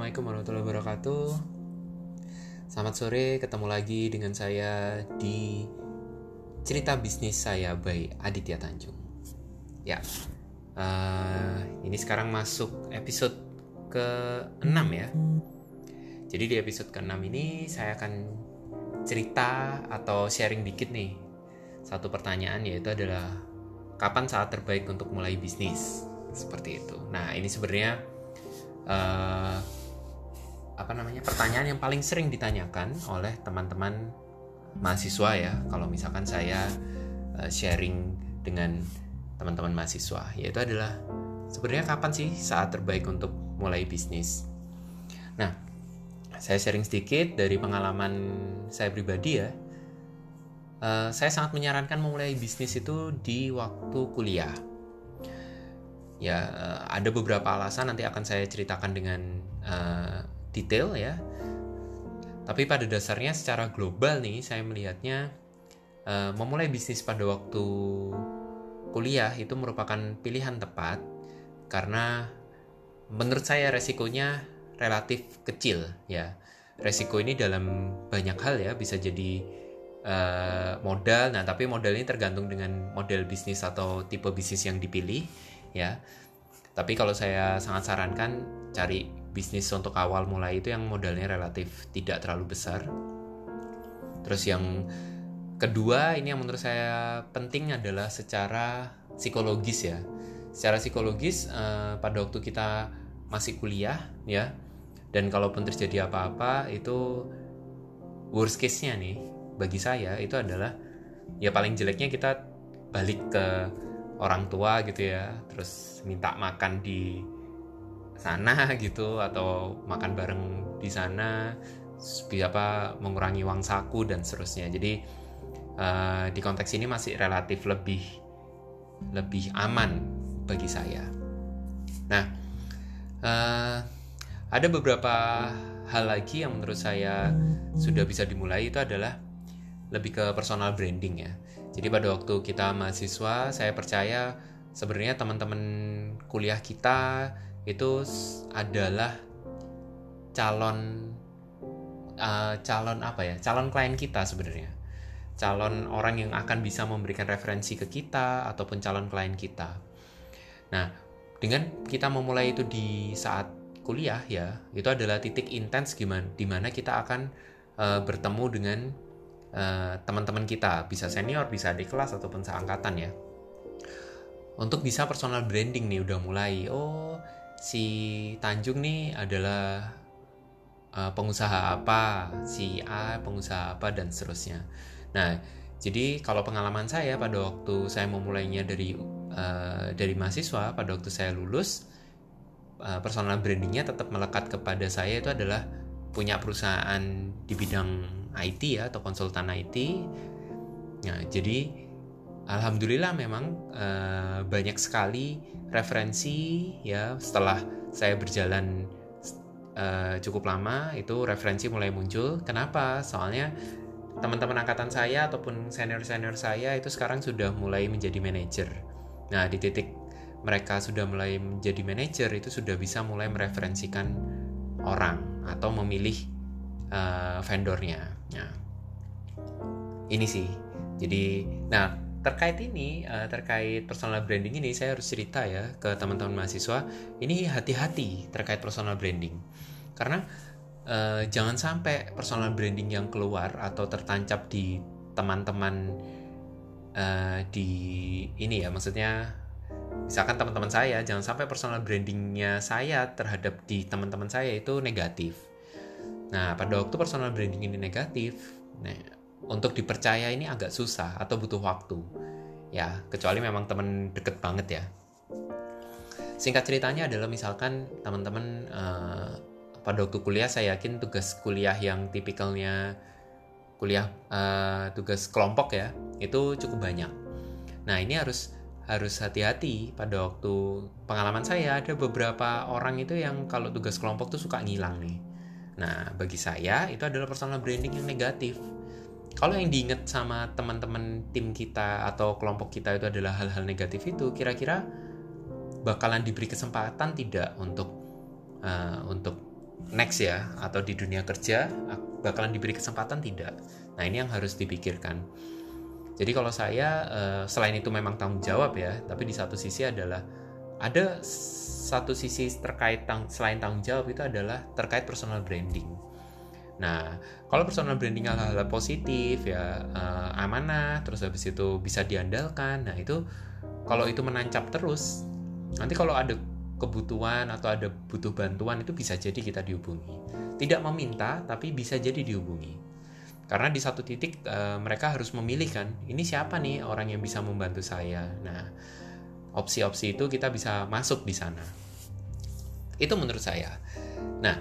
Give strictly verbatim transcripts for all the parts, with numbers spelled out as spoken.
Assalamualaikum warahmatullahi wabarakatuh. Selamat sore, ketemu lagi dengan saya di cerita bisnis saya by Aditya Tanjung. Ya, uh, ini sekarang masuk episode ke enam ya. Jadi di episode ke enam ini saya akan cerita atau sharing dikit nih. Satu pertanyaan yaitu adalah kapan saat terbaik untuk mulai bisnis? Seperti itu. Nah, ini sebenarnya uh, apa namanya pertanyaan yang paling sering ditanyakan oleh teman-teman mahasiswa ya. Kalau misalkan saya uh, sharing dengan teman-teman mahasiswa, yaitu adalah sebenarnya kapan sih saat terbaik untuk mulai bisnis? Nah, saya sharing sedikit dari pengalaman saya pribadi ya. Uh, saya sangat menyarankan memulai bisnis itu di waktu kuliah. Ya, uh, ada beberapa alasan nanti akan saya ceritakan dengan uh, detail ya. Tapi pada dasarnya secara global nih saya melihatnya uh, memulai bisnis pada waktu kuliah itu merupakan pilihan tepat karena menurut saya resikonya relatif kecil ya. Resiko ini dalam banyak hal ya, bisa jadi uh, modal. Nah, tapi modal ini tergantung dengan model bisnis atau tipe bisnis yang dipilih ya. Tapi kalau saya sangat sarankan cari bisnis untuk awal mulai itu yang modalnya relatif tidak terlalu besar. Terus yang kedua, ini yang menurut saya penting adalah secara psikologis ya. Secara psikologis eh, pada waktu kita masih kuliah ya, dan kalaupun terjadi apa-apa itu worst case-nya nih bagi saya itu adalah ya paling jeleknya kita balik ke orang tua gitu ya, terus minta makan di sana gitu atau makan bareng di sana, apa mengurangi uang saku dan seterusnya. Jadi uh, di konteks ini masih relatif lebih lebih aman bagi saya. Nah, uh, ada beberapa hal lagi yang menurut saya sudah bisa dimulai, itu adalah lebih ke personal branding ya. Jadi pada waktu kita mahasiswa, saya percaya sebenarnya teman-teman kuliah kita itu adalah calon uh, calon apa ya? Calon klien kita sebenarnya. Calon orang yang akan bisa memberikan referensi ke kita ataupun calon klien kita. Nah, dengan kita memulai itu di saat kuliah ya, itu adalah titik intens gimana di mana kita akan uh, bertemu dengan uh, teman-teman kita, bisa senior, bisa adik kelas ataupun seangkatan ya. Untuk bisa personal branding nih udah mulai. Oh, si Tanjung nih adalah uh, pengusaha apa, si A pengusaha apa dan seterusnya. Nah, jadi kalau pengalaman saya pada waktu saya memulainya dari uh, dari mahasiswa, pada waktu saya lulus, uh, personal brandingnya tetap melekat kepada saya itu adalah punya perusahaan di bidang I T ya, atau konsultan I T. Nah, jadi alhamdulillah memang uh, banyak sekali referensi ya, setelah saya berjalan uh, cukup lama itu referensi mulai muncul. Kenapa? Soalnya teman-teman angkatan saya ataupun senior-senior saya itu sekarang sudah mulai menjadi manajer. Nah, di titik mereka sudah mulai menjadi manajer itu sudah bisa mulai mereferensikan orang atau memilih uh, vendornya. Nah, ini sih. Jadi, nah terkait ini, uh, terkait personal branding ini saya harus cerita ya ke teman-teman mahasiswa. Ini hati-hati terkait personal branding. Karena uh, jangan sampai personal branding yang keluar atau tertancap di teman-teman uh, di ini ya, maksudnya misalkan teman-teman saya, jangan sampai personal brandingnya saya terhadap di teman-teman saya itu negatif. Nah, pada waktu personal branding ini negatif, nah untuk dipercaya ini agak susah atau butuh waktu ya, kecuali memang teman deket banget ya. Singkat ceritanya adalah misalkan teman-teman uh, pada waktu kuliah, saya yakin tugas kuliah yang tipikalnya kuliah uh, tugas kelompok ya itu cukup banyak. Nah, ini harus harus hati-hati. Pada waktu pengalaman saya ada beberapa orang itu yang kalau tugas kelompok tuh suka ngilang nih. Nah, bagi saya itu adalah personal branding yang negatif. Kalau yang diingat sama teman-teman tim kita atau kelompok kita itu adalah hal-hal negatif itu, kira-kira bakalan diberi kesempatan tidak untuk uh, untuk next ya, atau di dunia kerja bakalan diberi kesempatan tidak. Nah ini yang harus dipikirkan. Jadi kalau saya uh, selain itu memang tanggung jawab ya, tapi di satu sisi adalah ada satu sisi terkait tang- selain tanggung jawab itu adalah terkait personal branding. Nah, kalau personal branding hal-hal positif ya, uh, amanah, terus habis itu bisa diandalkan. Nah, itu kalau itu menancap terus, nanti kalau ada kebutuhan atau ada butuh bantuan itu bisa jadi kita dihubungi. Tidak meminta, tapi bisa jadi dihubungi. Karena di satu titik uh, mereka harus memilih kan, ini siapa nih orang yang bisa membantu saya. Nah, opsi-opsi itu kita bisa masuk di sana. Itu menurut saya. Nah,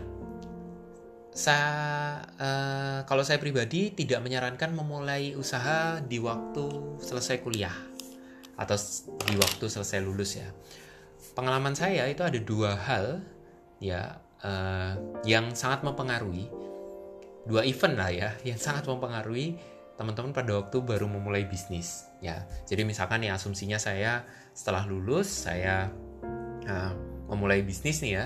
Sa, uh, kalau saya pribadi tidak menyarankan memulai usaha di waktu selesai kuliah atau di waktu selesai lulus ya. Pengalaman saya itu ada dua hal ya uh, yang sangat mempengaruhi, dua event lah ya yang sangat mempengaruhi teman-teman pada waktu baru memulai bisnis ya. Jadi misalkan ya asumsinya saya setelah lulus saya uh, memulai bisnis nih ya.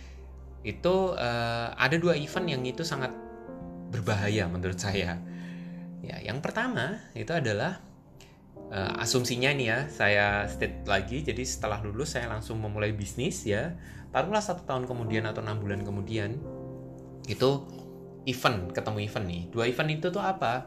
Itu uh, ada dua event yang itu sangat berbahaya menurut saya. Ya, yang pertama itu adalah uh, asumsinya nih ya, saya state lagi. Jadi setelah lulus saya langsung memulai bisnis ya. Taruhlah satu tahun kemudian atau enam bulan kemudian itu event, ketemu event nih. Dua event itu tuh apa?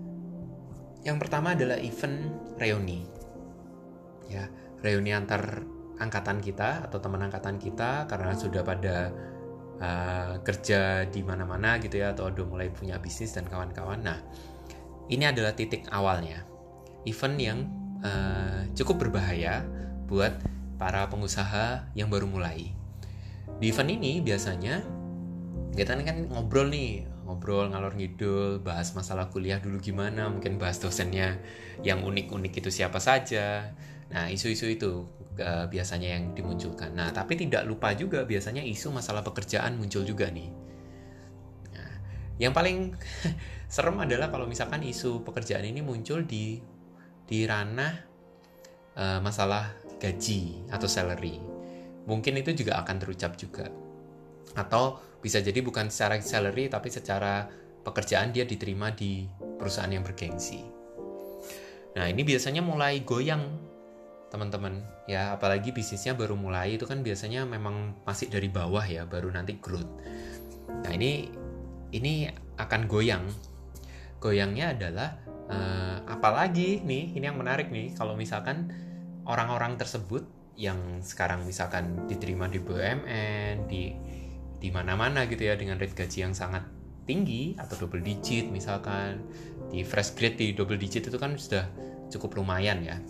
Yang pertama adalah event reuni. Ya, reuni antar angkatan kita atau teman angkatan kita karena sudah pada Uh, kerja di mana-mana gitu ya, atau udah mulai punya bisnis dan kawan-kawan. Nah, ini adalah titik awalnya event yang uh, cukup berbahaya buat para pengusaha yang baru mulai. Di event ini biasanya kita kan ngobrol nih, ngobrol ngalor ngidul, bahas masalah kuliah dulu gimana, mungkin bahas dosennya yang unik-unik itu siapa saja. Nah, isu-isu itu uh, biasanya yang dimunculkan. Nah, tapi tidak lupa juga biasanya isu masalah pekerjaan muncul juga nih. Nah, yang paling serem adalah kalau misalkan isu pekerjaan ini muncul di di ranah uh, masalah gaji atau salary. Mungkin itu juga akan terucap juga. Atau bisa jadi bukan secara salary tapi secara pekerjaan dia diterima di perusahaan yang bergengsi. Nah, ini biasanya mulai goyang teman-teman ya, apalagi bisnisnya baru mulai itu kan biasanya memang masih dari bawah ya, baru nanti growth. Nah ini ini akan goyang. Goyangnya adalah uh, apalagi nih, ini yang menarik nih, kalau misalkan orang-orang tersebut yang sekarang misalkan diterima di B U M N, di di mana-mana gitu ya dengan rate gaji yang sangat tinggi atau double digit misalkan, di fresh grade di double digit itu kan sudah cukup lumayan ya.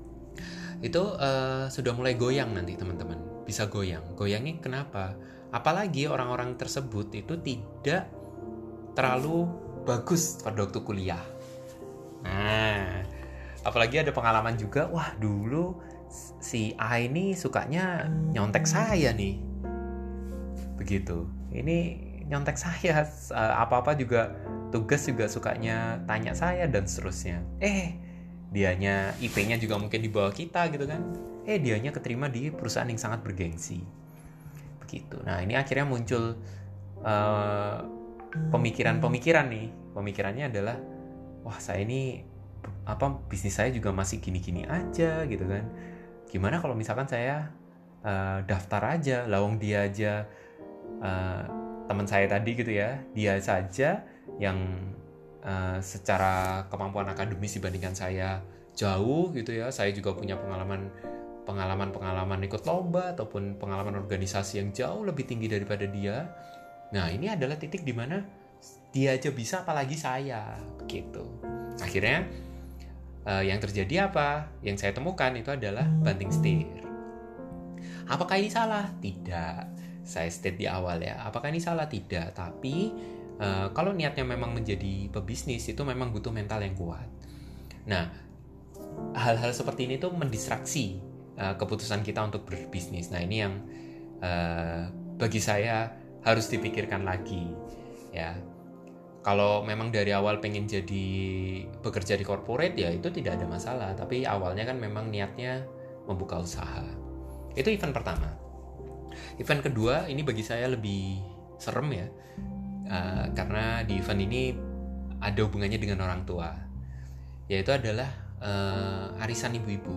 Itu uh, sudah mulai goyang nanti teman-teman, bisa goyang. Goyangnya kenapa? Apalagi orang-orang tersebut itu tidak terlalu bagus pada waktu kuliah. Nah, apalagi ada pengalaman juga, wah dulu si A ini sukanya nyontek saya nih. Begitu. Ini nyontek saya, apa-apa juga, tugas juga sukanya tanya saya dan seterusnya. Eh, dianya I P-nya juga mungkin di bawah kita gitu kan. Eh dianya keterima di perusahaan yang sangat bergengsi. Begitu. Nah, ini akhirnya muncul uh, pemikiran-pemikiran nih. Pemikirannya adalah wah, saya ini apa bisnis saya juga masih gini-gini aja gitu kan. Gimana kalau misalkan saya uh, daftar aja, lawang dia aja uh, teman saya tadi gitu ya. Dia saja yang Uh, secara kemampuan akademis dibandingkan saya jauh gitu ya. Saya juga punya pengalaman pengalaman-pengalaman ikut lomba ataupun pengalaman organisasi yang jauh lebih tinggi daripada dia. Nah, ini adalah titik di mana dia aja bisa, apalagi saya, begitu. Akhirnya uh, yang terjadi apa? Yang saya temukan itu adalah banting setir. Apakah ini salah? Tidak. Saya state di awal ya. Apakah ini salah? Tidak. Tapi Uh, kalau niatnya memang menjadi pebisnis itu memang butuh mental yang kuat. Nah, hal-hal seperti ini tuh mendistraksi uh, keputusan kita untuk berbisnis. Nah, ini yang uh, bagi saya harus dipikirkan lagi ya. Kalau memang dari awal pengen jadi bekerja di corporate ya itu tidak ada masalah, tapi awalnya kan memang niatnya membuka usaha. Itu event pertama. Event kedua ini bagi saya lebih serem ya, uh, karena di event ini ada hubungannya dengan orang tua, yaitu adalah uh, arisan ibu-ibu.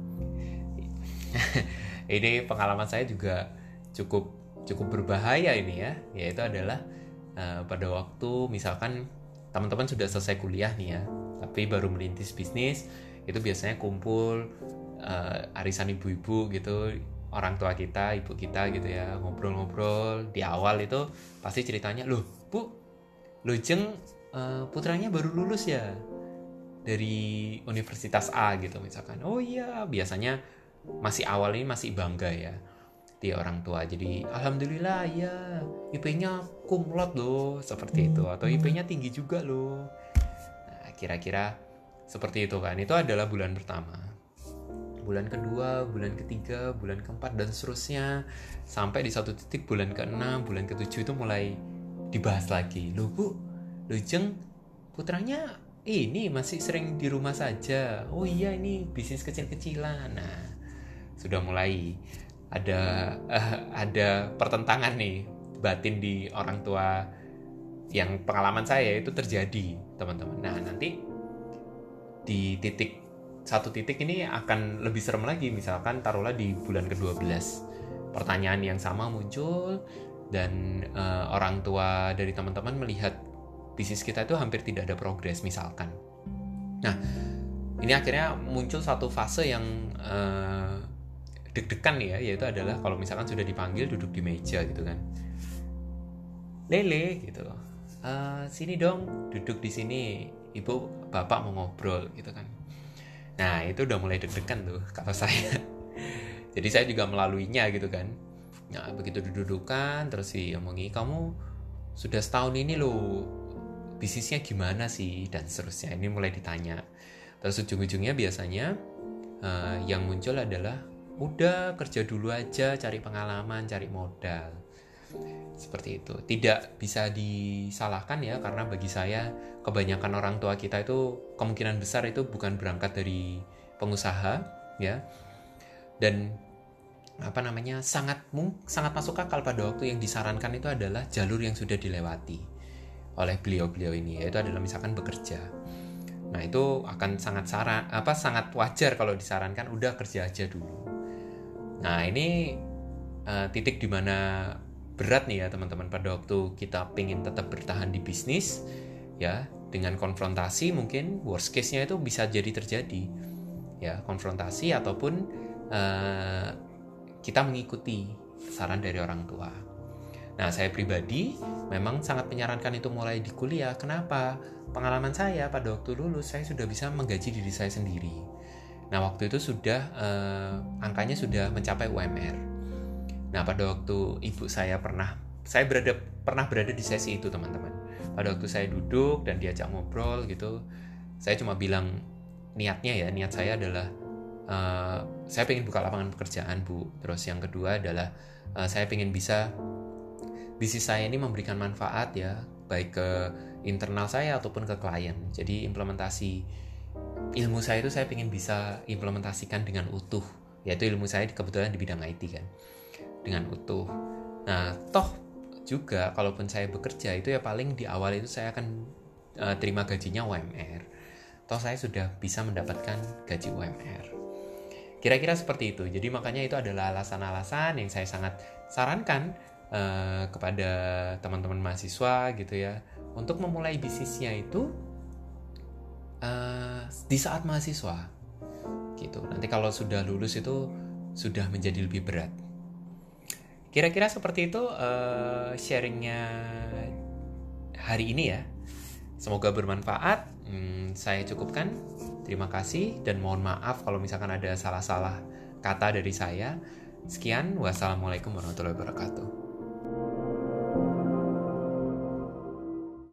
Ini pengalaman saya juga cukup cukup berbahaya ini ya, yaitu adalah uh, pada waktu misalkan teman-teman sudah selesai kuliah nih ya, tapi baru merintis bisnis, itu biasanya kumpul uh, arisan ibu-ibu gitu, orang tua kita, ibu kita gitu ya, ngobrol-ngobrol. Di awal itu pasti ceritanya, loh bu, lo jeng uh, putranya baru lulus ya dari Universitas A gitu misalkan. Oh iya, biasanya masih awal ini masih bangga ya dia orang tua. Jadi alhamdulillah ya, I P-nya kumlot loh, seperti itu. Atau I P-nya tinggi juga loh. Nah, kira-kira seperti itu kan. Itu adalah bulan pertama. Bulan kedua, bulan ketiga, bulan keempat, dan seterusnya. Sampai di satu titik bulan keenam, bulan ketujuh itu mulai dibahas lagi. Loh bu, loh jeng, putranya ini masih sering di rumah saja. Oh iya, ini bisnis kecil-kecilan. Nah, sudah mulai ada uh, ada pertentangan nih batin di orang tua, yang pengalaman saya itu terjadi teman-teman. Nah nanti di titik satu titik ini akan lebih serem lagi, misalkan taruhlah di bulan kedua belas pertanyaan yang sama muncul, dan uh, orang tua dari teman-teman melihat bisnis kita itu hampir tidak ada progres misalkan. Nah ini akhirnya muncul satu fase yang uh, deg-degan nih ya, yaitu adalah kalau misalkan sudah dipanggil duduk di meja gitu kan, Lele gitu, uh, sini dong duduk di sini, ibu bapak mau ngobrol gitu kan. Nah itu udah mulai deg-degan tuh kalau saya. Jadi saya juga melaluinya gitu kan. Nah begitu dudukan terus sih omongi, kamu sudah setahun ini loh, bisnisnya gimana sih, dan seterusnya. Ini mulai ditanya. Terus ujung-ujungnya biasanya uh, yang muncul adalah, udah kerja dulu aja, cari pengalaman, cari modal. Seperti itu. Tidak bisa disalahkan ya, karena bagi saya kebanyakan orang tua kita itu kemungkinan besar itu bukan berangkat dari pengusaha ya. Dan apa namanya, sangat sangat masuk akal pada waktu yang disarankan itu adalah jalur yang sudah dilewati oleh beliau-beliau ini, yaitu adalah misalkan bekerja. Nah, itu akan sangat saran apa sangat wajar kalau disarankan udah kerja aja dulu. Nah ini uh, titik dimana berat nih ya teman-teman, pada waktu kita pengen tetap bertahan di bisnis ya, dengan konfrontasi mungkin worst case-nya itu bisa jadi terjadi ya, konfrontasi ataupun uh, kita mengikuti saran dari orang tua. Nah saya pribadi memang sangat menyarankan itu mulai di kuliah. Kenapa? Pengalaman saya pada waktu lulus saya sudah bisa menggaji diri saya sendiri. Nah waktu itu sudah eh, angkanya sudah mencapai U M R. Nah pada waktu ibu saya pernah saya berada pernah berada di sesi itu teman-teman. Pada waktu saya duduk dan diajak ngobrol gitu, saya cuma bilang niatnya ya, niat saya adalah uh, saya pengen buka lapangan pekerjaan bu. Terus yang kedua adalah uh, saya pengen bisa bisnis saya ini memberikan manfaat ya, baik ke internal saya ataupun ke klien. Jadi implementasi ilmu saya itu saya pengen bisa implementasikan dengan utuh, yaitu ilmu saya kebetulan di bidang I T kan, dengan utuh. Nah toh juga kalaupun saya bekerja itu ya paling di awal itu saya akan uh, terima gajinya U M R. Toh saya sudah bisa mendapatkan gaji U M R. Kira-kira seperti itu. Jadi makanya itu adalah alasan-alasan yang saya sangat sarankan uh, kepada teman-teman mahasiswa gitu ya, untuk memulai bisnisnya itu Uh, di saat mahasiswa gitu. Nanti kalau sudah lulus itu sudah menjadi lebih berat. Kira-kira seperti itu uh, sharingnya hari ini ya. Semoga bermanfaat. hmm, Saya cukupkan. Terima kasih dan mohon maaf kalau misalkan ada salah-salah kata dari saya. Sekian, wassalamualaikum warahmatullahi wabarakatuh.